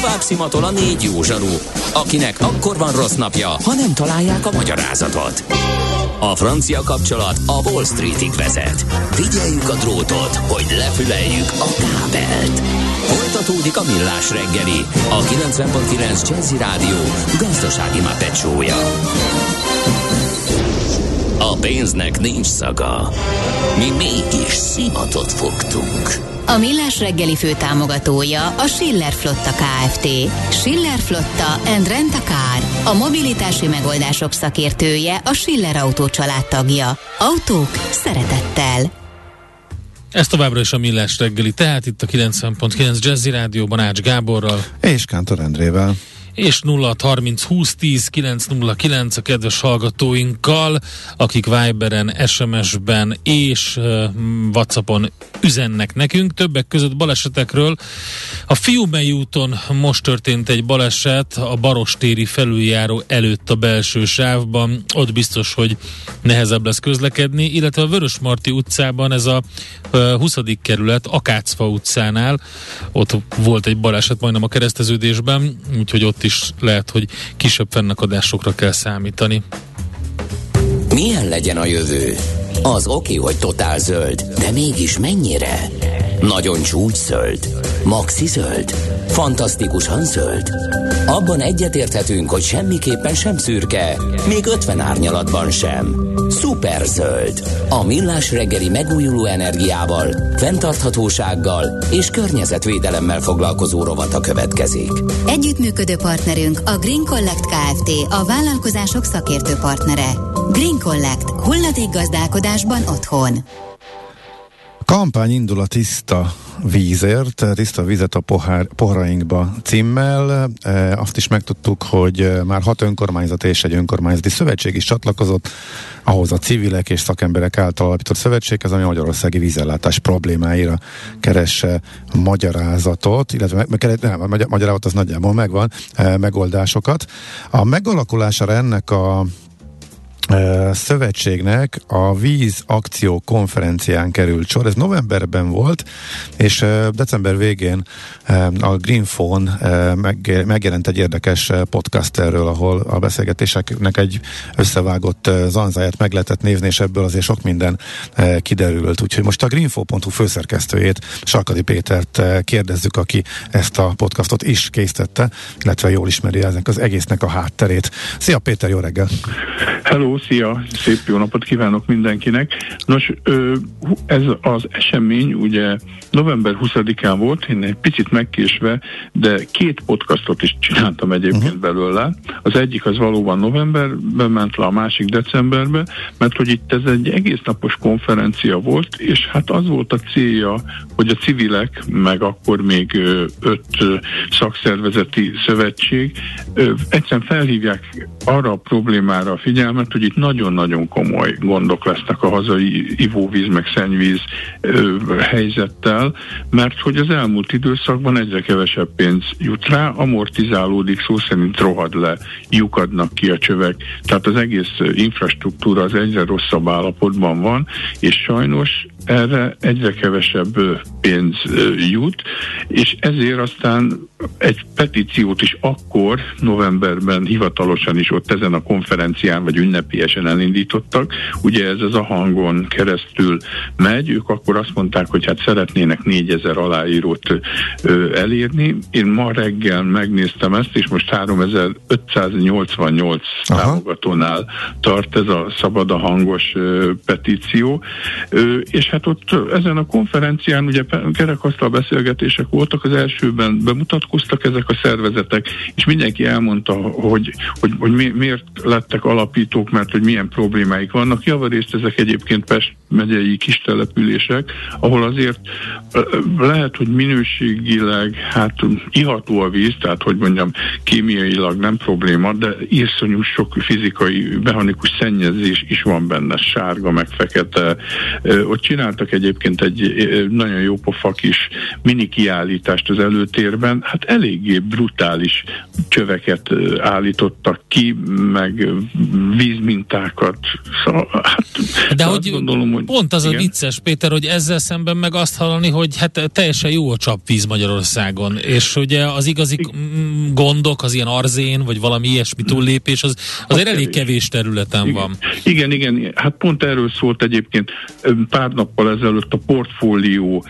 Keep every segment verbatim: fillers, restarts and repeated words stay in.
tovább szimatol a négy jó zsaru, akinek akkor van rossz napja, ha nem találják a magyarázatot. A francia kapcsolat a Wall Streetig vezet. Figyeljük a drótot, hogy lefüleljük a kábelt. Folytatódik a Millás reggeli, a kilencven pont kilenc Jazzy Rádió gazdasági Muppet show-ja. A pénznek nincs szaga. Mi mégis szimatot fogtunk. A Millás reggeli főtámogatója a Schiller Flotta Kft. Schiller Flotta and Rent a Car. A mobilitási megoldások szakértője, a Schiller Autó család tagja. Autók szeretettel. Ez továbbra is a Millás reggeli, tehát itt a kilencven pont kilenc Jazzy Rádióban Ács Gáborral és Kántor Endrével. És nulla harminc húsz tíz kilenc nulla kilenc a kedves hallgatóinkkal, akik Viberen, es em es-ben és uh, WhatsAppon üzennek nekünk, többek között balesetekről. A Fiumei úton most történt egy baleset a Barostéri felüljáró előtt a belső sávban, ott biztos, hogy nehezebb lesz közlekedni, illetve a Vörösmarty utcában, ez a uh, huszadik kerület, Akácfa utcánál, ott volt egy baleset majdnem a kereszteződésben, úgyhogy ott is lehet, hogy kisebb fennakadásokra kell számítani. Milyen legyen a jövő? Az oké, hogy totál zöld, de mégis mennyire? Nagyon csúcs zöld? Maxi zöld? Fantasztikusan zöld? Abban egyetérthetünk, hogy semmiképpen sem szürke, még ötven árnyalatban sem. Szuper zöld. A Millás reggeli megújuló energiával, fenntarthatósággal és környezetvédelemmel foglalkozó rovata következik. Együttműködő partnerünk a Green Collect Kft. A vállalkozások szakértő partnere. Green Collect. Hulladékgazdálkodásban otthon. Kampány indul a tiszta vízért, tiszta vizet a pohár, poharainkba címmel. E, azt is megtudtuk, hogy már hat önkormányzat és egy önkormányzati szövetség is csatlakozott ahhoz a civilek és szakemberek által alapított szövetséghez, ami a magyarországi vízellátás problémáira keres magyarázatot, illetve nem, a magyarázat az nagyjából megvan, e, megoldásokat. A megalakulására ennek a szövetségnek a víz akció konferencián került sor. Ez novemberben volt, és december végén a Greenphone megjelent egy érdekes podcast erről, ahol a beszélgetéseknek egy összevágott zanzáját meg lehetett nézni, és ebből azért sok minden kiderült. Úgyhogy most a greenphone pont hu főszerkesztőjét, Sarkadi Pétert kérdezzük, aki ezt a podcastot is készítette, illetve jól ismeri ezek az egésznek a hátterét. Szia Péter, jó reggel! Hello, szia! Szép jó napot kívánok mindenkinek! Nos, ez az esemény ugye november huszadikán volt, én egy picit megkésve, de két podcastot is csináltam egyébként uh-huh. belőle. Az egyik az valóban novemberben ment le, a másik decemberben, mert hogy itt ez egy egész napos konferencia volt, és hát az volt a célja, hogy a civilek, meg akkor még öt szakszervezeti szövetség egyszerűen felhívják arra a problémára a figyelmet, hogy itt nagyon-nagyon komoly gondok lesznek a hazai ivóvíz meg szennyvíz ö, helyzettel, mert hogy az elmúlt időszakban egyre kevesebb pénz jut rá, amortizálódik, szó szerint rohad le, lyukadnak ki a csövek, tehát az egész infrastruktúra az egyre rosszabb állapotban van, és sajnos erre egyre kevesebb pénz jut, és ezért aztán egy petíciót is akkor novemberben hivatalosan is ott ezen a konferencián vagy ünnepiesen elindítottak. Ugye ez az a hangon keresztül megy, ők akkor azt mondták, hogy hát szeretnének négyezer aláírót ö, elérni. Én ma reggel megnéztem ezt, és most háromezer-ötszáznyolcvannyolc támogatónál tart ez a szabad a hangos ö, petíció, ö, és hát ott ezen a konferencián ugye kerekasztal beszélgetések voltak, az elsőben bemutatkoztak ezek a szervezetek, és mindenki elmondta, hogy, hogy, hogy mi, miért lettek alapítók, mert hogy milyen problémáik vannak. Javarészt ezek egyébként Pest megyei kis települések, ahol azért lehet, hogy minőségileg hát iható a víz, tehát hogy mondjam, kémiailag nem probléma, de iszonyú sok fizikai, mechanikus szennyezés is van benne, sárga, meg fekete. Ott csináltak egyébként egy nagyon jó pofa kis mini kiállítást az előtérben, hát eléggé brutális csöveket állítottak ki, meg vízmintákat. Szóval, hát, de hogy, gondolom, hogy pont az igen? a vicces, Péter, hogy ezzel szemben meg azt hallani, hogy hát teljesen jó a csapvíz Magyarországon, és ugye az igazi igen. gondok, az ilyen arzén, vagy valami ilyesmi túllépés, az azért elég kevés területen igen. van. Igen, igen, hát pont erről szólt egyébként pár nappal ezelőtt a Portfólió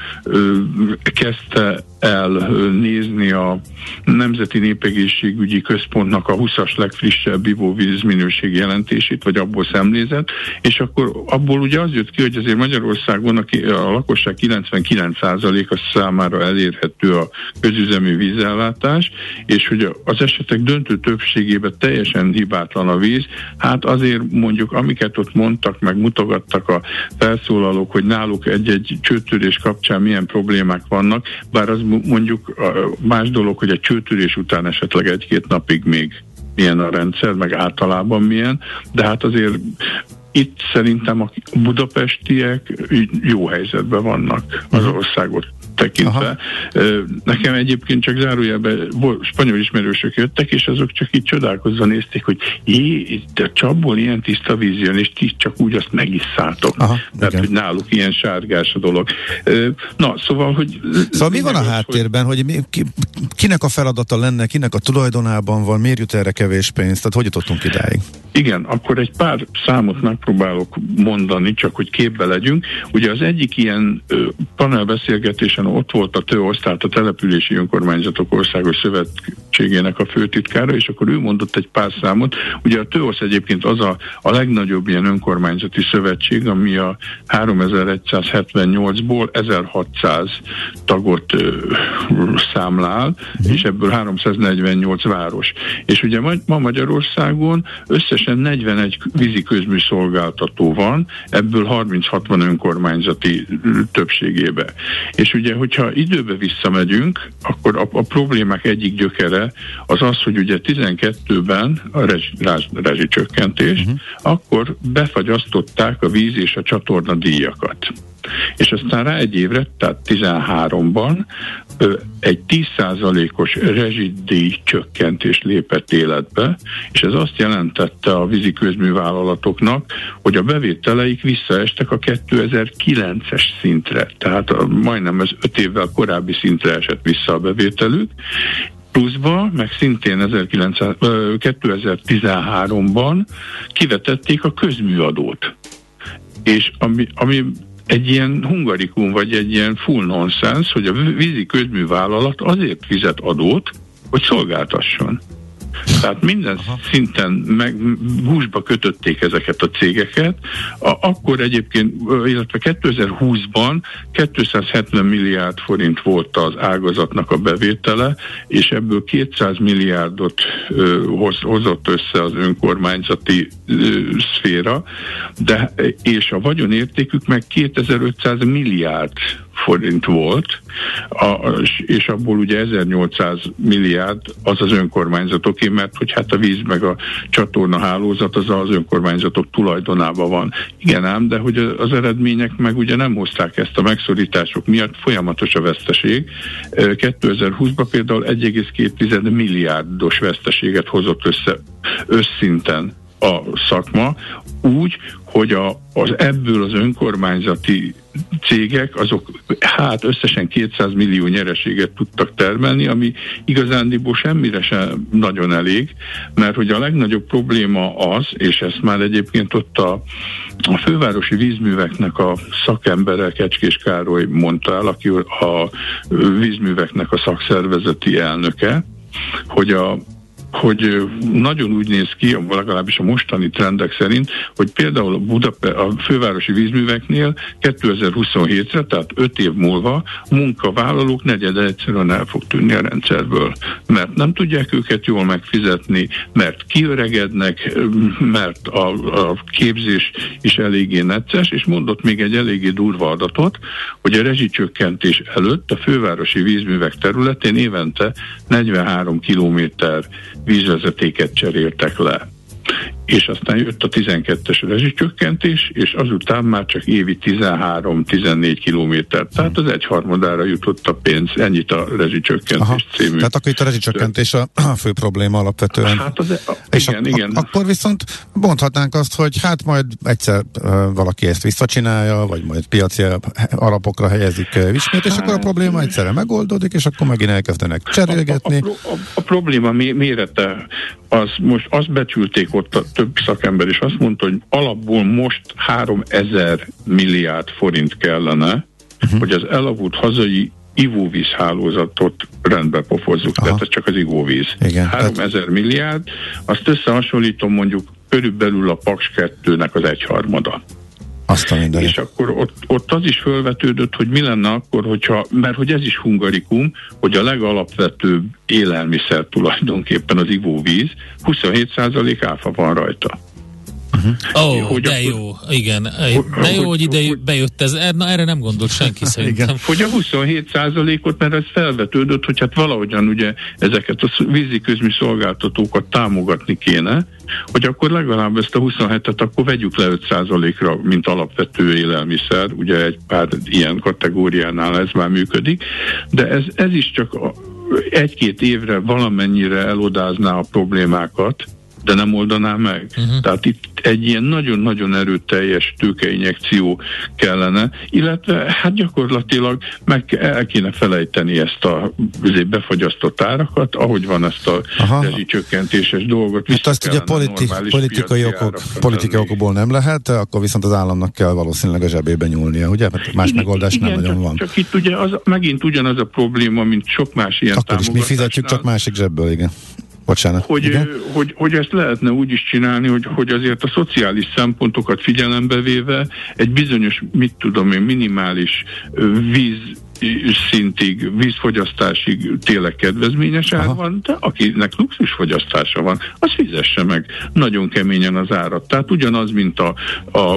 kezdte el nézni a Nemzeti Népegészségügyi Központnak a húszas legfrissebb ivóvíz minőségi jelentését, vagy abból szemlézet, és akkor abból ugye az jött ki, hogy azért Magyarországon a, a lakosság kilencvenkilenc százaléka számára elérhető a közüzemű vízellátás, és hogy az esetek döntő többségében teljesen hibátlan a víz. Hát azért mondjuk, amiket ott mondtak, meg mutogattak a felszólalók, hogy náluk egy-egy csőtörés kapcsán milyen problémák vannak, bár az mondjuk más dolog, hogy egy csőtörés után esetleg egy-két napig még milyen a rendszer, meg általában milyen, de hát azért itt szerintem a budapestiek jó helyzetben vannak az országot tekintve. Aha. Nekem egyébként csak zárójelben spanyol ismerősök jöttek, és azok csak így csodálkozva nézték, hogy jé, de csapból ilyen tiszta víz jön, és ti csak úgy azt megiszátok. Aha, tehát, igen. hogy náluk ilyen sárgás a dolog. Na, szóval, hogy... Szóval mi van a háttérben, hogy mi, ki, kinek a feladata lenne, kinek a tulajdonában van, miért jut erre kevés pénz, tehát hogy jutottunk idáig? Igen, akkor egy pár számot megpróbálok mondani, csak hogy képbe legyünk. Ugye az egyik ilyen ö, panelbeszélgetésen ott volt a TÖOSZ, tehát a Települési Önkormányzatok Országos Szövetségének a főtitkára, és akkor ő mondott egy pár számot. Ugye a TÖOSZ egyébként az a, a legnagyobb ilyen önkormányzati szövetség, ami a háromezer-egyszázhetvennyolcból ezerhatszáz tagot ö, számlál, mm. és ebből háromszáznegyvennyolc város. És ugye ma, ma Magyarországon összesen negyvenegy vízi közműszolgáltató van, ebből harminc-hatvan önkormányzati többségébe. És ugye, hogyha időbe visszamegyünk, akkor a, a problémák egyik gyökere az az, hogy ugye tizenkettőben a rezsi, rezsicsökkentés, uh-huh. akkor befagyasztották a víz és a csatorna díjakat. És aztán rá egy évre, tehát tizenháromban ö, egy tíz százalékos rezsidíj csökkentés lépett életbe, és ez azt jelentette a vízi közművállalatoknak, hogy a bevételeik visszaestek a kétezer-kilences szintre, tehát a, majdnem az öt évvel korábbi szintre esett vissza a bevételük, pluszba, meg szintén kétezer-tizenháromban kivetették a közműadót. És ami, ami egy ilyen hungarikum, vagy egy ilyen full nonsense, hogy a vízi közművállalat azért fizet adót, hogy szolgáltasson. Tehát minden Aha. szinten meg gúzsba kötötték ezeket a cégeket. A, akkor egyébként, illetve kétezer-húszban kétszázhetven milliárd forint volt az ágazatnak a bevétele, és ebből kétszáz milliárdot ö, hoz, hozott össze az önkormányzati ö, szféra, de, és a vagyonértékük meg kétezer-ötszáz milliárd forint volt, a, és abból ugye ezernyolcszáz milliárd az az önkormányzatoké, mert hogy hát a víz meg a csatorna hálózat az az önkormányzatok tulajdonában van. Igen ám, de hogy az eredmények meg ugye nem hozták ezt a megszorítások miatt, folyamatos a veszteség. kétezer-húszban például egy egész két milliárdos veszteséget hozott össze összszinten a szakma, úgy, hogy a, az ebből az önkormányzati cégek, azok hát összesen kétszáz millió nyereséget tudtak termelni, ami igazándiból semmire sem nagyon elég, mert hogy a legnagyobb probléma az, és ezt már egyébként ott a, a fővárosi vízműveknek a szakembere, Kecskés Károly mondta el, aki a vízműveknek a szakszervezeti elnöke, hogy a hogy nagyon úgy néz ki, legalábbis a mostani trendek szerint, hogy például a, Budape- a fővárosi vízműveknél kétezer-huszonhétre, tehát öt év múlva a munkavállalók negyede egyszerűen el fog tűnni a rendszerből, mert nem tudják őket jól megfizetni, mert kiöregednek, mert a, a képzés is eléggé necces, és mondott még egy eléggé durva adatot, hogy a rezsicsökkentés előtt a fővárosi vízművek területén évente negyvenhárom kilométer vízvezetéket cseréltek le. és aztán jött a tizenkettes rezsicsökkentés, és azután már csak évi tizenhárom-tizennégy kilométer. Tehát az egyharmadára jutott a pénz, ennyit a rezsicsökkentés című. Tehát akkor itt a rezsicsökkentés a, a fő probléma alapvetően. Hát az, a, és igen, a, igen. A, akkor viszont mondhatnánk azt, hogy hát majd egyszer uh, valaki ezt visszacsinálja, vagy majd piaci alapokra helyezik uh, ismét, és hát, akkor a probléma egyszerre megoldódik, és akkor megint elkezdenek cserélgetni. A, a, a, a probléma mérete, az most azt becsülték ott a több szakember, és azt mondta, hogy alapból most háromezer milliárd forint kellene, uh-huh. hogy az elavult hazai ivóvízhálózatot rendbe pofozzuk. Aha. Tehát ez csak az ivóvíz. háromezer milliárd, azt összehasonlítom mondjuk körülbelül a Paks kettőnek az egyharmada. Azt a mindenit. És akkor ott, ott az is felvetődött, hogy mi lenne akkor, hogyha, mert hogy ez is hungarikum, hogy a legalapvetőbb élelmiszer tulajdonképpen az ivóvíz, huszonhét százalék áfa van rajta. Uh-huh. Ó, oh, de akkor, jó, igen. De jó, hogy, hogy ide hogy, bejött ez. Na, erre nem gondolt senki szerintem. Igen. Hogy a huszonhét százalékot, mert ez felvetődött, hogy hát valahogyan ugye ezeket a vízi közmű szolgáltatókat támogatni kéne, hogy akkor legalább ezt a huszonhetet akkor vegyük le öt százalékra, mint alapvető élelmiszer, ugye egy pár ilyen kategóriánál ez már működik, de ez, ez is csak egy-két évre valamennyire elodázná a problémákat, de nem oldaná meg. Uh-huh. Tehát itt egy ilyen nagyon-nagyon erőteljes tőkeinjekció kellene, illetve hát gyakorlatilag meg el kéne felejteni ezt a befagyasztott árakat, ahogy van ezt a rezsicsökkentéses dolgot. Hát azt ugye politi- politikai, okok, politikai okokból nem lehet, akkor viszont az államnak kell valószínűleg a zsebébe nyúlnia, ugye? Mert más igen, megoldás igen, nem nagyon csak, van. Csak itt ugye az, megint ugyanaz a probléma, mint sok más ilyen akkor is mi fizetjük csak másik zsebből, igen. Bocsánat. Hogy, hogy, hogy ezt lehetne úgy is csinálni, hogy, hogy azért a szociális szempontokat figyelembe véve egy bizonyos, mit tudom én, minimális víz szintig, vízfogyasztásig tényleg kedvezményes ár van, de akinek luxusfogyasztása van, az fizesse meg nagyon keményen az árat. Tehát ugyanaz, mint a, a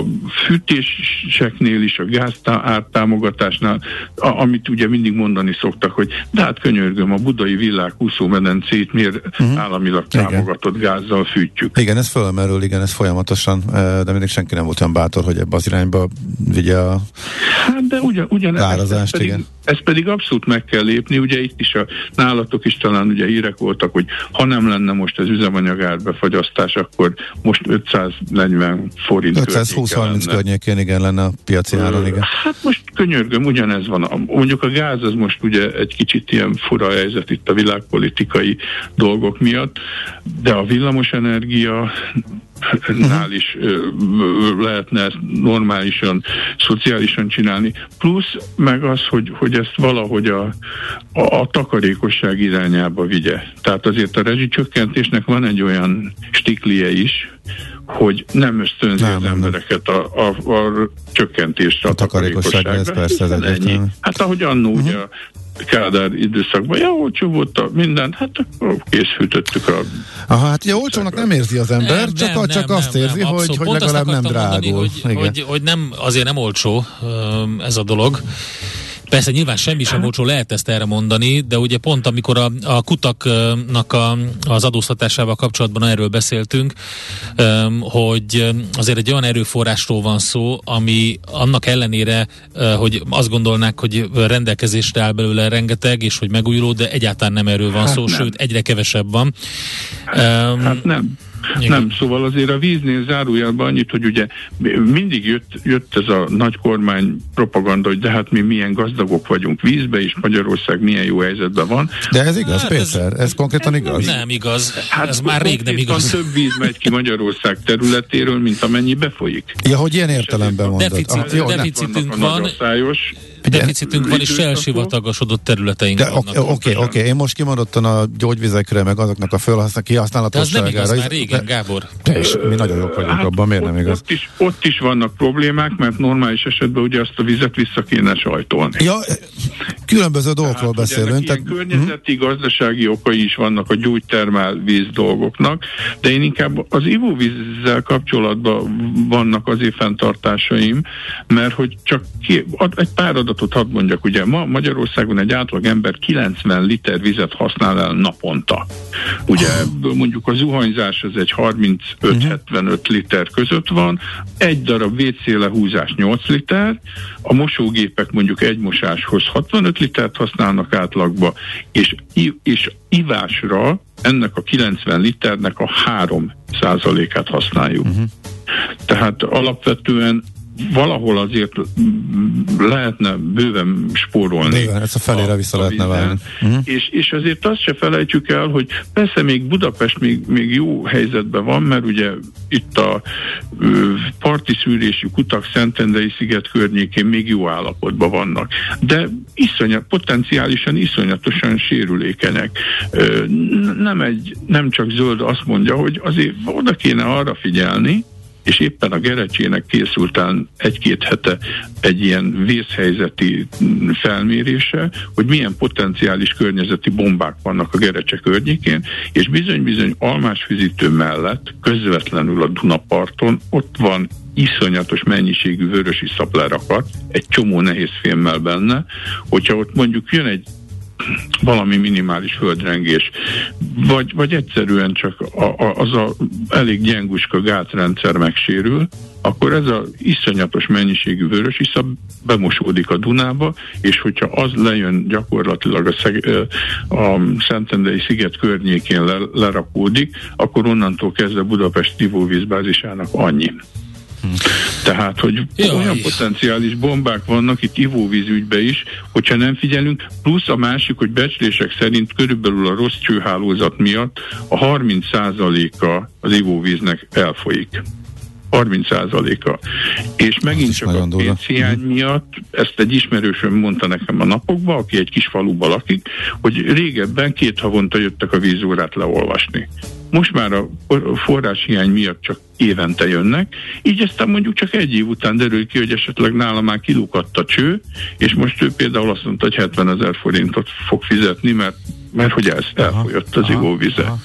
fűtéseknél is, a gáz ártámogatásnál, a, amit ugye mindig mondani szoktak, hogy de hát könyörgöm, a budai villák úszómedencét miért uh-huh. államilag támogatott igen. gázzal fűtjük. Igen, ez fölmerül, igen, ez folyamatosan, de mindig senki nem volt olyan bátor, hogy ebbe az irányba vigye a hát de ugyan, ugyan árazást, igen. Ezt pedig abszolút meg kell lépni, ugye itt is a nálatok is talán ugye hírek voltak, hogy ha nem lenne most az üzemanyag árbefagyasztás, akkor most ötszáznegyven forint ötszázhúsz-harminc környékén igen lenne a piaci áron, igen. Hát most könyörgöm, ugyanez van. Mondjuk a gáz az most ugye egy kicsit ilyen fura helyzet itt a világpolitikai dolgok miatt, de a villamosenergia nál is ö, lehetne ezt normálisan, szociálisan csinálni. Plusz meg az, hogy, hogy ezt valahogy a, a, a takarékosság irányába vigye. Tehát azért a rezsicsökkentésnek van egy olyan stiklie is, hogy nem ösztönzi nem, az nem, embereket a, a, a csökkentésre, a, a takarékosságra. Ez persze, ez ennyi. Hát ahogy annó uh-huh. ugye a Kádár időszakban, ja, olcsó volt a minden, hát akkor készhűtöttük a... Aha, hát ugye olcsónak nem érzi az ember, nem, csak, nem, csak nem, azt nem, érzi, nem, hogy, hogy legalább nem drágul. Mondani, hogy, hogy, hogy nem, azért nem olcsó ez a dolog. Persze nyilván semmi sem olcsó, lehet ezt erre mondani, de ugye pont amikor a, a kutaknak a, az adóztatásával kapcsolatban erről beszéltünk, hogy azért egy olyan erőforrásról van szó, ami annak ellenére, hogy azt gondolnák, hogy rendelkezésre áll belőle rengeteg, és hogy megújuló, de egyáltalán nem erről van hát szó, nem. Sőt egyre kevesebb van. Hát, um, hát nem. Igen. Nem, szóval azért a víznél zárójelben annyit, hogy ugye mindig jött, jött ez a nagy kormány propaganda, hogy de hát mi milyen gazdagok vagyunk vízbe, és Magyarország milyen jó helyzetben van. De ez igaz, hát Péter? Ez, ez konkrétan ez igaz? Nem igaz. Hát ez már rég nem igaz. Több víz megy ki Magyarország területéről, mint amennyi befolyik. Ja, hogy ilyen értelemben mondod. Deficit, ah, jó, deficitünk van. Deficitünk van, és elsivatagosodott területeink de vannak. Oké, oké, okay, okay. Én most kimondottan a gyógyvizekre, meg azoknak a kihasználatosságára. De az nem igaz már régen, Gábor. De és mi nagyon jók vagyunk hát abban, miért ott, nem igaz? Ott is, ott is vannak problémák, mert normális esetben ugye azt a vizet vissza kéne sajtolni. Ja, különböző dolgokról tehát, beszélünk. Tehát, környezeti, hm? gazdasági okai is vannak a gyógytermál víz dolgoknak, de én inkább az ivóvízzel kapcsolatban vannak azért fenntartásaim, mert hogy csak ki, egy pár adat adatot hadd mondjak, ugye ma Magyarországon egy átlag ember kilencven liter vizet használ el naponta. Ugye ebből mondjuk a zuhanyzás az egy harmincöt-hetvenöt liter között van, egy darab vé cé lehúzás nyolc liter, a mosógépek mondjuk egy mosáshoz hatvanöt litert használnak átlagba, és, és ivásra ennek a kilencven liternek a három százalékát használjuk. Uh-huh. Tehát alapvetően valahol azért lehetne bőven spórolni. Igen, ezt a felére a, vissza a lehetne válni. Uh-huh. És, és azért azt se felejtsük el, hogy persze még Budapest még, még jó helyzetben van, mert ugye itt a ö, parti szűrésű kutak Szentendrei sziget környékén még jó állapotban vannak. De iszonyat, potenciálisan iszonyatosan sérülékenyek. Ö, nem, egy, nem csak Zöld azt mondja, hogy azért oda kéne arra figyelni, és éppen a Gerecsének készült el egy-két hete egy ilyen vészhelyzeti felmérése, hogy milyen potenciális környezeti bombák vannak a Gerecse környékén, és bizony-bizony Almásfüzítő mellett, közvetlenül a Dunaparton, ott van iszonyatos mennyiségű vörösiszap lerakat, egy csomó nehéz fémmel benne, hogyha ott mondjuk jön egy valami minimális földrengés, vagy, vagy egyszerűen csak a, a, az a elég gyenguska gátrendszer megsérül, akkor ez az iszonyatos mennyiségű vörösiszap bemosódik a Dunába, és hogyha az lejön gyakorlatilag a, szeg, a Szentendrei sziget környékén le, lerakódik, akkor onnantól kezdve Budapest ivóvízbázisának annyi. Tehát, hogy Jaj. olyan potenciális bombák vannak itt ivóvízügyben is, hogyha nem figyelünk, plusz a másik, hogy becslések szerint körülbelül a rossz csőhálózat miatt a harminc százaléka az ivóvíznek elfolyik. harminc százaléka. És megint csak a pénzhiány miatt, ezt egy ismerősöm mondta nekem a napokban, aki egy kis faluban lakik, hogy régebben két havonta jöttek a vízórát leolvasni. Most már a forráshiány miatt csak évente jönnek, így aztán mondjuk csak egy év után derül ki, hogy esetleg nála már kilukadt a cső, és most ő például azt mondta, hogy hetvenezer forintot fog fizetni, mert, mert hogy ez elfolyott az ivóvize.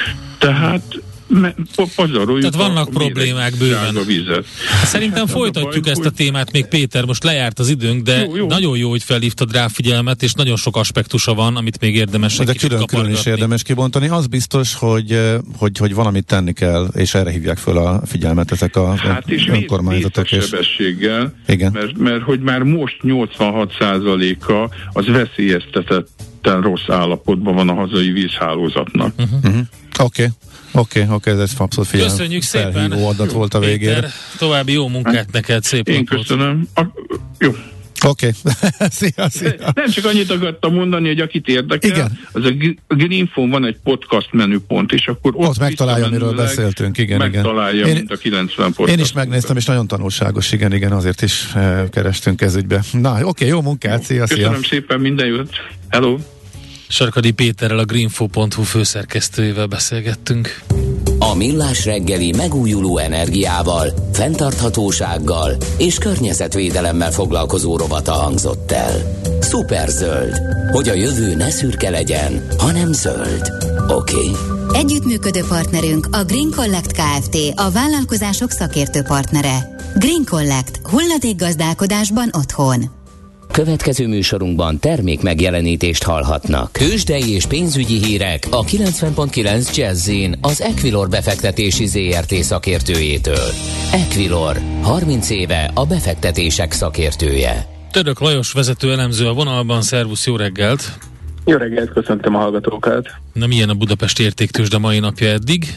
Tehát Me, Tehát vannak problémák bőven. Szerintem folytatjuk baj, ezt hogy... a témát még, Péter, most lejárt az időnk, de jó, jó. Nagyon jó, hogy felhívtad rá figyelmet, és nagyon sok aspektusa van, amit még érdemes de külön, külön is érdemes kibontani. Az biztos, hogy, hogy, hogy valamit tenni kell, és erre hívják föl a figyelmet ezek a hát és önkormányzatok. És sebességgel, mert, mert hogy már most nyolcvanhat százaléka az veszélyeztetetten rossz állapotban van a hazai vízhálózatnak. Uh-huh. Uh-huh. Oké. Okay. Oké, okay, oké, okay, ez abszolút figyelem. Köszönjük szépen. Adat volt a végére. Péter, további jó munkát neked, szép Én napot. Köszönöm. A, jó. Oké. Okay. Szia, szia. Nem csak annyit akartam mondani, hogy akit érdekel, igen. Az a Greenphone van egy podcast menüpont, és akkor ott, ott megtalálja, amiről beszéltünk. Igen, megtalálja, igen. mint a kilencven podcast. Én is megnéztem, és nagyon tanulságos, igen, igen, azért is eh, kerestünk ez ügybe. Na, oké, okay, jó munkát, szia, szia. Köszönöm szépen, minden jót. Hello. Sarkadi Péterrel, a greenfo pont hu főszerkesztőjével beszélgettünk. A Millás reggeli megújuló energiával, fenntarthatósággal és környezetvédelemmel foglalkozó rovata hangzott el. Szuperzöld, hogy a jövő ne szürke legyen, hanem zöld. Oké? Okay? Együttműködő partnerünk a Green Collect Kft., a vállalkozások szakértő partnere. Green Collect. Hulladékgazdálkodásban otthon. Következő műsorunkban termék megjelenítést hallhatnak. Tőzsdei és pénzügyi hírek a kilencven pont kilenc Jazz-in az Equilor befektetési zé er té szakértőjétől. Equilor, harminc éve a befektetések szakértője. Török Lajos vezető elemző a vonalban, szervusz, jó reggelt! Jó reggelt, köszöntöm a hallgatókat! Na, milyen a Budapesti Értéktőzsde mai napja eddig?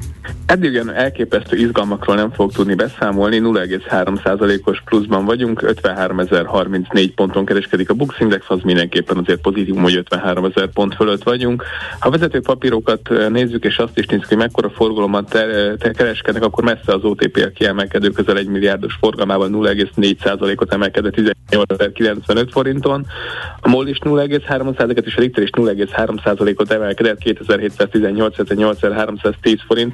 Eddig olyan elképesztő izgalmakról nem fogok tudni beszámolni, nulla egész három százalékos pluszban vagyunk, ötvenháromezer-harmincnégy ponton kereskedik a Bux Index, az mindenképpen azért pozitívum, hogy ötvenháromezer pont fölött vagyunk. Ha vezető papírokat nézzük, és azt is nézzük, hogy mekkora forgalommal te, te kereskednek, akkor messze az o té pé kiemelkedő, közel egy milliárdos forgalmával nulla egész négy százalékot emelkedett tizennyolcezer-kilencvenöt forinton. A MOL is nulla egész három százalékot és a Richter is nulla egész három százalékot emelkedett kétezer-hétszáztizennyolc-nyolcezer-háromszáztíz forinton.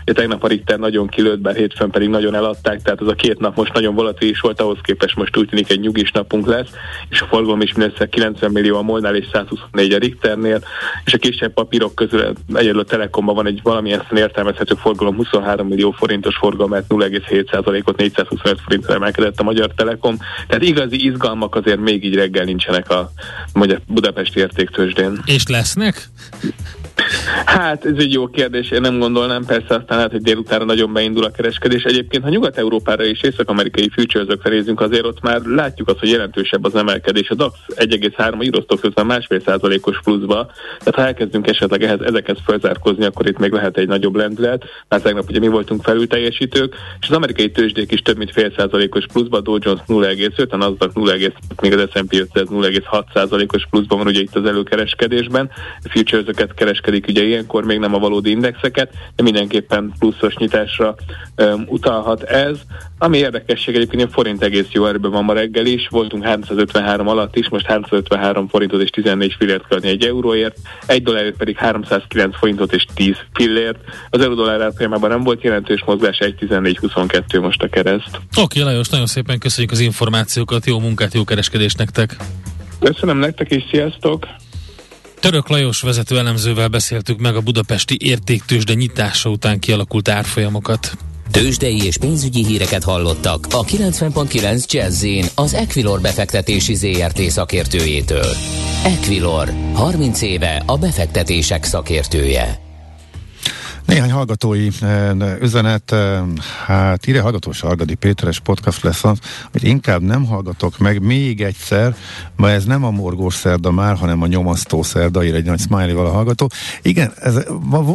Ugye tegnap a Richter nagyon kilőtt, bár hétfőn pedig nagyon eladták, tehát az a két nap most nagyon volatilis volt, ahhoz képest most úgy tűnik egy nyugis napunk lesz, és a forgalom is mindössze kilencven millió a MOL-nál és százhuszonnégy a Richternél, és a kisebb papírok közül egyedül a Telekomban van egy valamilyen értelmezhető forgalom, huszonhárom millió forintos forgalmát, nulla egész hét százalékot, négyszázhuszonöt forintra emelkedett a Magyar Telekom, tehát igazi izgalmak azért még így reggel nincsenek a magyar budapesti értéktőzsdén. És lesznek? Hát ez egy jó kérdés, én nem gondolnám, persze aztán hát, hogy délutánra nagyon beindul a kereskedés. Egyébként, ha Nyugat-Európára és észak-amerikai futures-ökre nézünk, azért ott már látjuk azt, hogy jelentősebb az emelkedés. A DAX egy egész három, a Eurostoxx közben másfél százalékos pluszba, tehát ha elkezdünk esetleg ehhez, ezekhez felzárkózni, akkor itt még lehet egy nagyobb lendület, mert tegnap ugye mi voltunk felülteljesítők, és az amerikai tőzsdék is több mint fél százalékos pluszba, a Dow Jones nulla egész öt, a Nasdaq nulla egész öt, még az es and pé ötszáz nulla egész hat százalékos pluszban van ugye itt az előkereskedésben. A futures-öket kereskedik ugye ilyenkor, még nem a valódi indexeket, de mindenképpen pluszos nyitásra um, utalhat ez. Ami érdekesség, egyébként a forint egész jó erőben van ma reggel is, voltunk háromszázötvenhárom alatt is, most háromszázötvenhárom forintot és tizennégy fillért kell adni egy euróért, egy dollárért pedig háromszázkilenc forintot és tíz fillért. Az euró-dollár árfolyamában nem volt jelentős mozgás, egy tizennégy huszonkettő most a kereszt. Oké, Lajos, nagyon szépen köszönjük az információkat, jó munkát, jó kereskedést nektek! Köszönöm nektek és sziasztok! Török Lajos vezető elemzővel beszéltük meg a budapesti értéktőzsde nyitása után kialakult árfolyamokat. Tőzsdei és pénzügyi híreket hallottak a kilencven pont kilenc Jazz-in az Equilor befektetési zé er té szakértőjétől. Equilor, harminc éve a befektetések szakértője. Néhány hallgatói üzenet, hát ide hallgatós Argadi Péteres podcast lesz az, hogy inkább nem hallgatok meg még egyszer, mert ez nem a morgós szerda már, hanem a nyomasztó szerda, ír egy nagy smiley-val a hallgató. Igen, ez,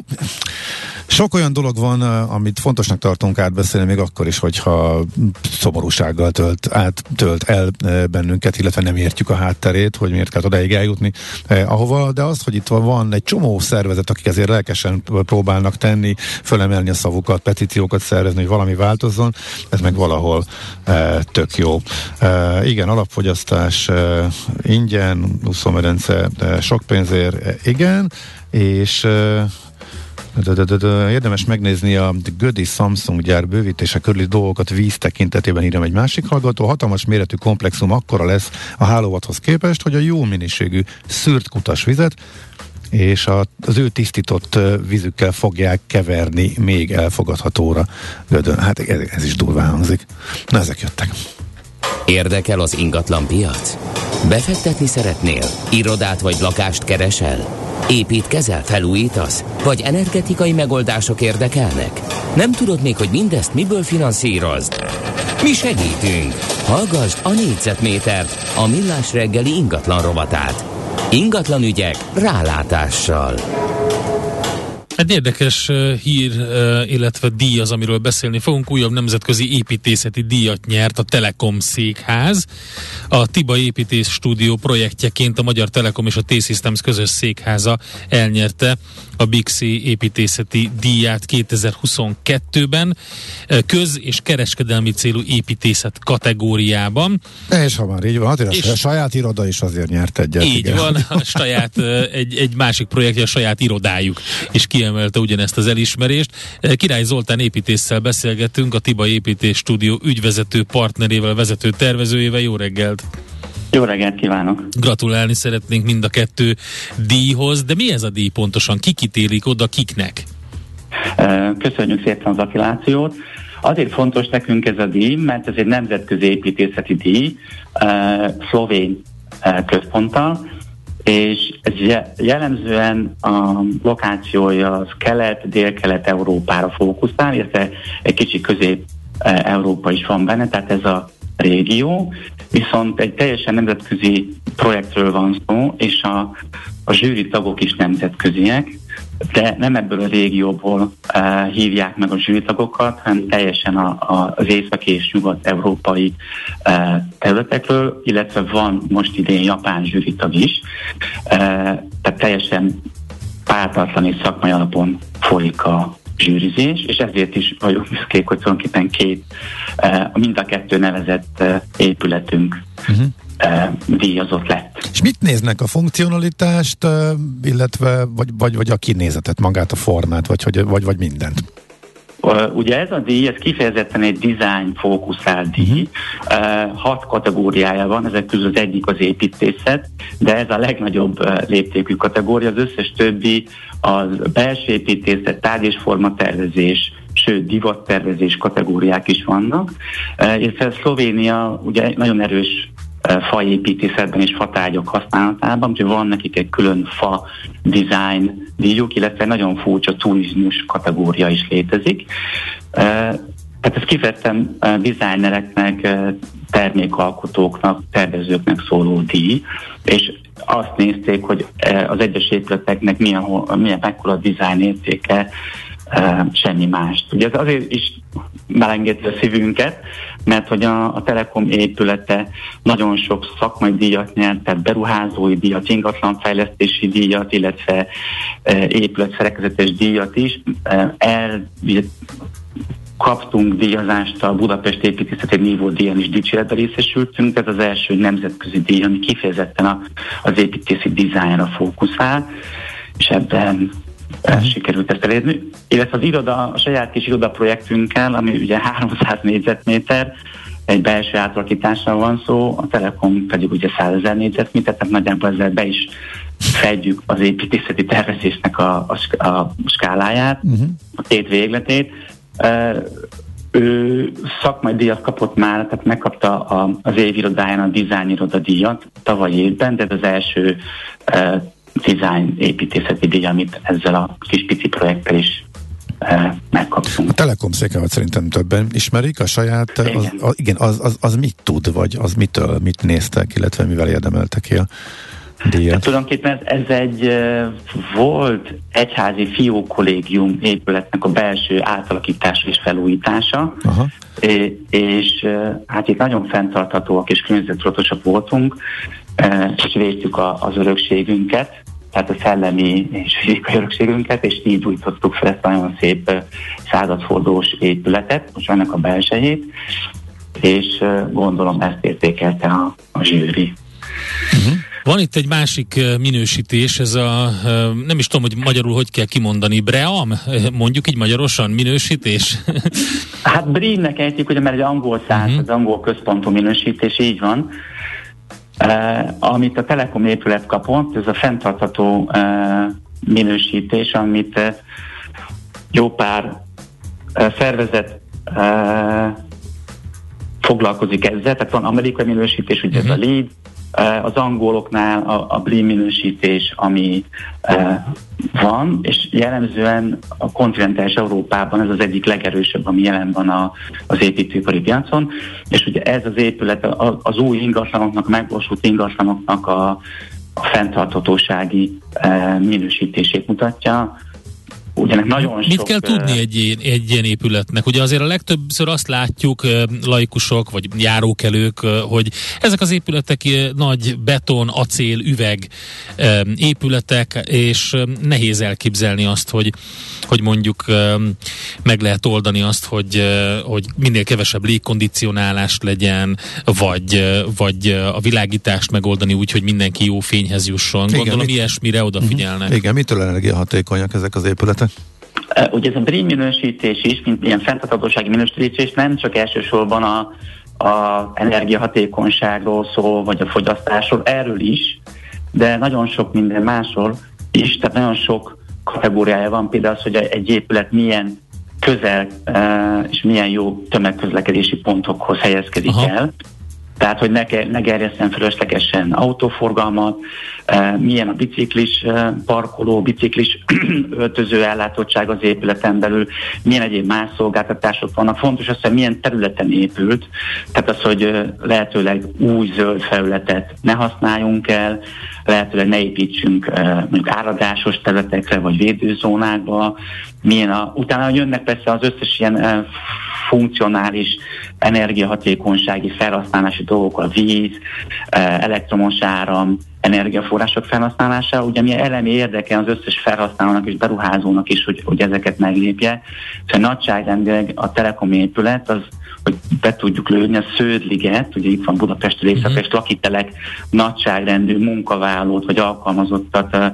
sok olyan dolog van, amit fontosnak tartunk átbeszélni, még akkor is, hogyha szomorúsággal tölt, át, tölt el bennünket, illetve nem értjük a hátterét, hogy miért kell odáig eljutni eh, ahova, de az, hogy itt van egy csomó szervezet, akik azért lelkesen próbálnak tenni, fölemelni a szavukat, petíciókat szervezni, hogy valami változzon, ez meg valahol eh, tök jó. Eh, igen, alapfogyasztás eh, ingyen, úszómedence eh, sok pénzért, eh, igen, és eh, De, de, de, de, érdemes megnézni a Gödi Samsung gyár bővítése körüli dolgokat víz tekintetében, írja egy másik hallgató. Hatalmas méretű komplexum akkora lesz a hálóvathoz képest, hogy a jó minőségű szűrt kutas vizet és a, az ő tisztított vízükkel fogják keverni még elfogadhatóra. Gödön. Hát ez, ez is durván hangzik. Na, ezek jöttek. Érdekel az ingatlan piac? Befektetni szeretnél? Irodát vagy lakást keresel? Építkezel, felújítasz? Vagy energetikai megoldások érdekelnek? Nem tudod még, hogy mindezt miből finanszírozd? Mi segítünk! Hallgasd a négyzetmétert, a Millás reggeli ingatlan rovatát. Ingatlan ügyek rálátással. Egy érdekes uh, hír, uh, illetve díj az, amiről beszélni fogunk. Újabb nemzetközi építészeti díjat nyert a Telekom székház. A Tiba Építész Stúdió projektjeként a Magyar Telekom és a T-Systems közös székháza elnyerte a Big C építészeti díját kétezer-huszonkettőben köz- és kereskedelmi célú építészet kategóriában. És ha már így van, hát és a saját iroda is azért nyert egyet. Így igen. van, a saját, egy, egy másik projektje, a saját irodájuk is kiemelte ugyanezt az elismerést. Király Zoltán építésszel beszélgettünk, a Tiba Építés Stúdió ügyvezető partnerével, vezető tervezőjével. Jó reggelt! Jó reggelt kívánok! Gratulálni szeretnénk mind a kettő díjhoz, de mi ez a díj pontosan? Kik ítélik oda, kiknek? Köszönjük szépen az akkilációt. Azért fontos nekünk ez a díj, mert ez egy nemzetközi építészeti díj, szlovén központtal, és ez jellemzően a lokációja az kelet, dél-kelet-európára fókuszál, illetve egy kicsi közép-európa is van benne, tehát ez a régió, viszont egy teljesen nemzetközi projektről van szó, és a, a zsűri tagok is nemzetköziek, de nem ebből a régióból uh, hívják meg a zsűri tagokat, hanem teljesen a, a, az északi és nyugat-európai uh, területekről, illetve van most idén japán zsűri tag is, uh, tehát teljesen pártatlan és szakmai alapon folyik a zsűrizés, és ezért is vagyok büszkék, hogy tulajdonképpen két, uh, mind a kettő nevezett uh, épületünk uh-huh. uh, díjazott lett. És mit néznek, a funkcionalitást, uh, illetve vagy, vagy, vagy a kinézetet, magát a formát, vagy, vagy, vagy, vagy mindent? Uh, ugye ez a díj, ez kifejezetten egy design fókuszált díj. Uh, hat kategóriája van, ezek közül az egyik az építészet, de ez a legnagyobb uh, léptékű kategória, az összes többi az belső építészet, tárgy- és formatervezés, sőt divattervezés kategóriák is vannak. Uh, és Szlovénia ugye nagyon erős faépítészetben és fatárgyak használatában, úgyhogy van nekik egy külön fa design díjuk, illetve nagyon furcsa turizmus kategória is létezik. Tehát ez kifejezetten designereknek, termékalkotóknak, tervezőknek szóló díj, és azt nézték, hogy az egyes épületeknek milyen, milyen mekkora design értéke, semmi mást. Ugye ez azért is melengedte a szívünket, mert hogy a, a Telekom épülete nagyon sok szakmai díjat nyert, tehát beruházói díjat, ingatlanfejlesztési díjat, illetve e, épületszerkezetes díjat is. E, el, kaptunk díjazást a Budapest építészeti nívó díjon is dicséretbe részesültünk. Ez az első nemzetközi díj, ami kifejezetten a, az építési dizájnra fókuszál, és ebben Uh-huh. sikerült ezt elérni. Illetve az iroda, a saját kis irodaprojektünkkel, ami ugye háromszáz négyzetméter, egy belső átalakításra van szó, a Telekom pedig ugye százezer négyzetméter, tehát nagyjából ezzel be is fedjük az építészeti tervezésnek a, a, a skáláját, uh-huh. a két végletét. Uh, ő szakmai díjat kapott már, tehát megkapta a, az évirodáján a design iroda díjat tavaly évben, de ez az első uh, design építészeti díj, amit ezzel a kis pici projekttel is e, megkaptunk. A Telekom székelyet szerintem többen ismerik, a saját, igen, az, a, igen az, az, az mit tud, vagy az mitől, mit néztek, illetve mivel érdemeltek ki a díjat? Hát, tulajdonképpen ez, ez egy e, volt egyházi fiókollégium épületnek a belső átalakítása és felújítása, aha. É, és e, hát itt nagyon fenntarthatóak és környezettudatosak voltunk, e, és védtük a, az örökségünket, tehát a szellemi és fizikai örökségünket, és így újítottuk fel ezt a nagyon szép századfordulós épületet, most ennek a belsejét, és gondolom ezt értékelte a, a zsűri. Uh-huh. Van itt egy másik minősítés, ez a, nem is tudom, hogy magyarul hogy kell kimondani, BREEAM, mondjuk így magyarosan minősítés? Hát BREEAM-nek ejtjük, ugye, mert egy angol száz, uh-huh. az angol központú minősítés, így van. Uh, amit a Telekom épület kapott, ez a fenntartható uh, minősítés, amit uh, jó pár uh, szervezet uh, foglalkozik ezzel, tehát van amerikai minősítés, ugye uh-huh. ez a LEED, uh, az angoloknál a, a BREEAM minősítés, ami uh, van, és jellemzően a kontinentális Európában ez az egyik legerősebb, ami jelen van a, az építőipari piacon, és ugye ez az épület az új ingatlanoknak, a megvalósult ingatlanoknak a, a fenntarthatósági e, minősítését mutatja. Ugyanek nagyon Mit sok, kell tudni egy, egy ilyen épületnek? Ugye azért a legtöbbször azt látjuk, laikusok vagy járókelők, hogy ezek az épületek nagy beton, acél, üveg épületek, és nehéz elképzelni azt, hogy, hogy mondjuk meg lehet oldani azt, hogy, hogy minél kevesebb légkondicionálás legyen, vagy, vagy a világítást megoldani úgy, hogy mindenki jó fényhez jusson. Igen, Gondolom mit... ilyesmire odafigyelnek. Uh-huh. Igen, mitől energiahatékonyak ezek az épületek? Uh, ugye ez a BREEAM minősítés is, mint ilyen fenntarthatósági minősítés, nem csak elsősorban a, a energiahatékonyságról szól, vagy a fogyasztásról, erről is, de nagyon sok minden másról is, tehát nagyon sok kategóriája van, például az, hogy egy épület milyen közel uh, és milyen jó tömegközlekedési pontokhoz helyezkedik Aha. el. Tehát, hogy ne, ne gerjesszen fölöslegesen autóforgalmat, e, milyen a biciklis e, parkoló, biciklis öltöző ellátottság az épületen belül, milyen egyéb más szolgáltatások vannak. Fontos az, hogy milyen területen épült, tehát az, hogy lehetőleg új zöld felületet ne használjunk el, lehetőleg ne építsünk e, mondjuk áradásos területekre, vagy védőzónákba, milyen a, utána jönnek persze az összes ilyen e, funkcionális energiahatékonysági felhasználási dolgok, a víz, elektromos áram, energiaforrások felhasználása, ugye mi elemi érdeke az összes felhasználónak és beruházónak is, hogy, hogy ezeket meglépje. Szóval nagyságrendileg a Telekom épület, az, hogy be tudjuk lőni, a Sződ-liget, ugye itt van Budapest részek, és lakitelek nagyságrendű munkavállalót vagy alkalmazottat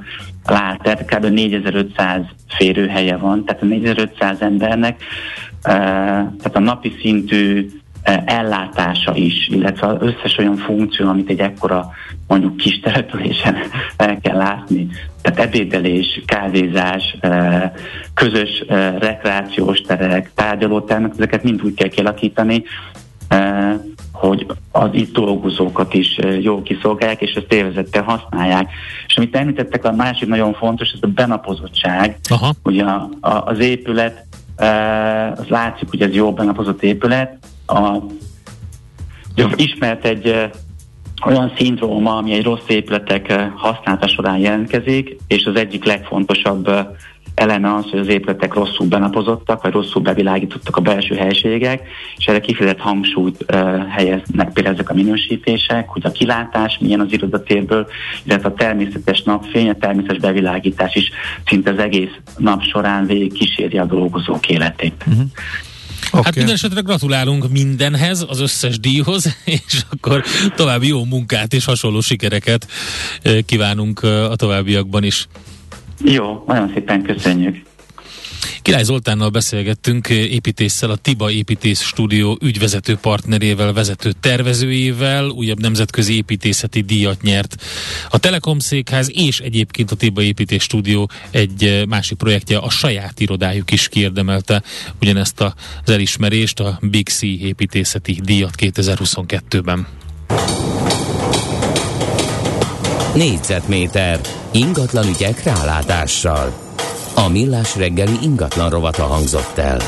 lát, tehát kb. négyezer-ötszáz férőhelye van, tehát a négyezer-ötszáz embernek tehát a napi szintű ellátása is, illetve az összes olyan funkció, amit egy ekkora mondjuk kis településen el kell látni. Tehát ebédelés, kávézás, közös rekreációs terek, tárgyalótermek, ezeket mind úgy kell kialakítani, hogy az itt dolgozókat is jól kiszolgálják, és ezt élvezettel használják. És amit említettek, a másik nagyon fontos, ez a benapozottság. Aha. Ugye a, a, az épület, az látszik, hogy ez jó benapozott épület. A, ismert egy olyan szindróma, ami egy rossz épületek használata során jelentkezik, és az egyik legfontosabb eleme az, hogy az épületek rosszul benapozottak, vagy rosszul bevilágítottak a belső helységek, és erre kifejezett hangsúlyt uh, helyeznek például ezek a minősítések, hogy a kilátás milyen az irodatérből, illetve a természetes napfény, a természetes bevilágítás is szinte az egész nap során végig kíséri a dolgozók életét. Uh-huh. Okay. Hát minden esetre gratulálunk mindenhez, az összes díjhoz, és akkor további jó munkát és hasonló sikereket kívánunk a továbbiakban is. Jó, nagyon szépen köszönjük. Király Zoltánnal beszélgettünk, építésszel, a Tiba Építész Stúdió ügyvezető partnerével, vezető tervezőjével, újabb nemzetközi építészeti díjat nyert a Telekom székház, és egyébként a Tiba Építész Stúdió egy másik projektje, a saját irodájuk is kiérdemelte ugyanezt az elismerést, a Big C építészeti díjat kétezer-huszonkettőben. Négyzetméter ingatlan ügyek rálátással. A Millás reggeli ingatlan rovata hangzott el.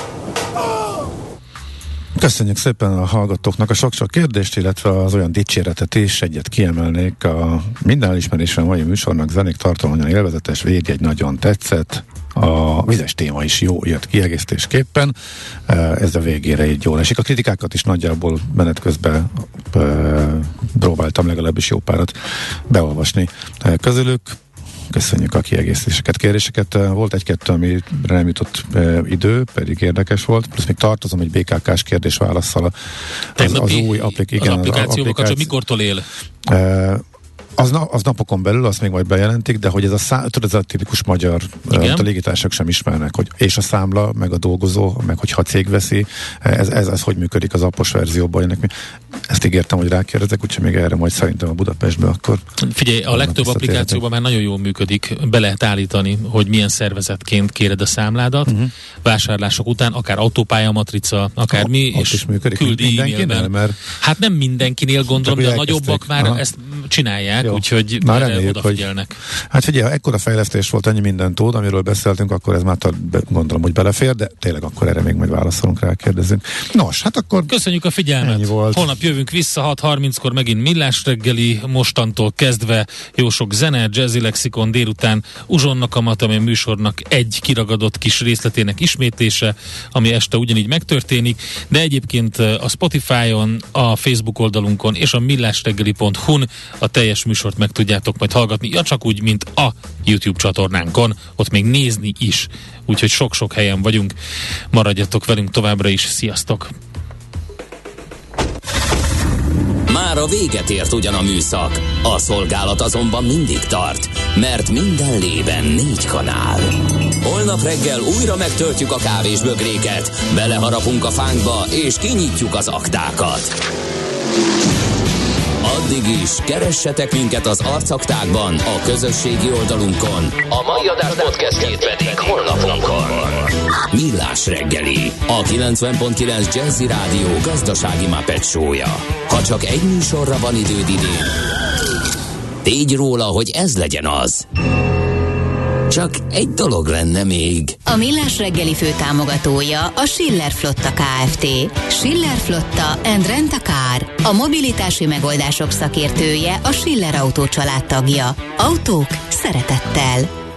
Köszönjük szépen a hallgatóknak a sok-sok kérdést, illetve az olyan dicséretet is. Egyet kiemelnék. A minden elismerésre a mai műsornak zenék tartalomanya élvezetes, védjegy nagyon tetszett. A vizes téma is jó, jött kiegészítésképpen. Ez a végére így jól esik. A kritikákat is nagyjából menet közben e, próbáltam legalábbis jó párat beolvasni közülük. Köszönjük a kiegészítéseket, kérdéseket. Volt egy-kettő, amire nem jutott e, idő, pedig érdekes volt. Plusz még tartozom egy bé ká ká-s kérdés-válasszal. Az, az új applik- igen, az applikációval kapcsolatban mikortól él? E, Az, na, az napokon belül, azt még majd bejelentik, de hogy ez a, szá, tudod, ez a tipikus magyar, amit a légitársaságok sem ismernek, hogy és a számla, meg a dolgozó, meg hogyha a cég veszi, ez, ez, ez hogy működik az appos verzióban. Ennek mi, ezt ígértem, hogy rákérdezek, úgyhogy még erre majd szerintem a Budapestbe akkor. Figyelj, a legtöbb applikációban már nagyon jól működik, be lehet állítani, hogy milyen szervezetként kéred a számládat, uh-huh. vásárlások után, akár autópályamatrica, akár a, mi, és küldi e-mailben. Mert hát nem mindenkinél gondolom, de a nagyobbak már aha. ezt csinálják. Jó. Úgyhogy már reméljük, odafigyelnek. Hogy, hát figyelj, ha ekkora fejlesztés volt, ennyi minden tud, amiről beszéltünk, akkor ez már gondolom, hogy belefér, de tényleg akkor erre még majd válaszolunk rá, kérdezünk. Nos, hát akkor köszönjük a figyelmet. Holnap jövünk vissza, hat harminckor megint Millás reggeli, mostantól kezdve jó sok zene, jazzy lexikon, délután Uzsonnak a Matami műsornak egy kiragadott kis részletének ismétlése, ami este ugyanígy megtörténik, de egyébként a Spotify-on, a Facebook oldalunkon és a millásreggeli pont hu-n a teljes műsort meg tudjátok majd hallgatni, ja csak úgy, mint a YouTube csatornánkon, ott még nézni is, úgyhogy sok-sok helyen vagyunk, maradjatok velünk továbbra is, sziasztok! Már a véget ért ugyan a műszak, a szolgálat azonban mindig tart, mert minden lében négy kanál. Holnap reggel újra megtöltjük a kávésbögréket, beleharapunk a fánkba és kinyitjuk az aktákat. Addig is, keressetek minket az arcaktákban, a közösségi oldalunkon. A mai adás podcastjét pedig holnapunkon. Millás reggeli, a kilencven pont kilenc Jazzy Rádió gazdasági Muppet show-ja. Ha csak egy műsorra van időd idén, tégy róla, hogy ez legyen az. Csak egy dolog lenne még. A Millás reggeli fő támogatója a Schiller Flotta Kft. Schiller Flotta and Rent a Car. A mobilitási megoldások szakértője, a Schiller Autó család tagja. Autók szeretettel.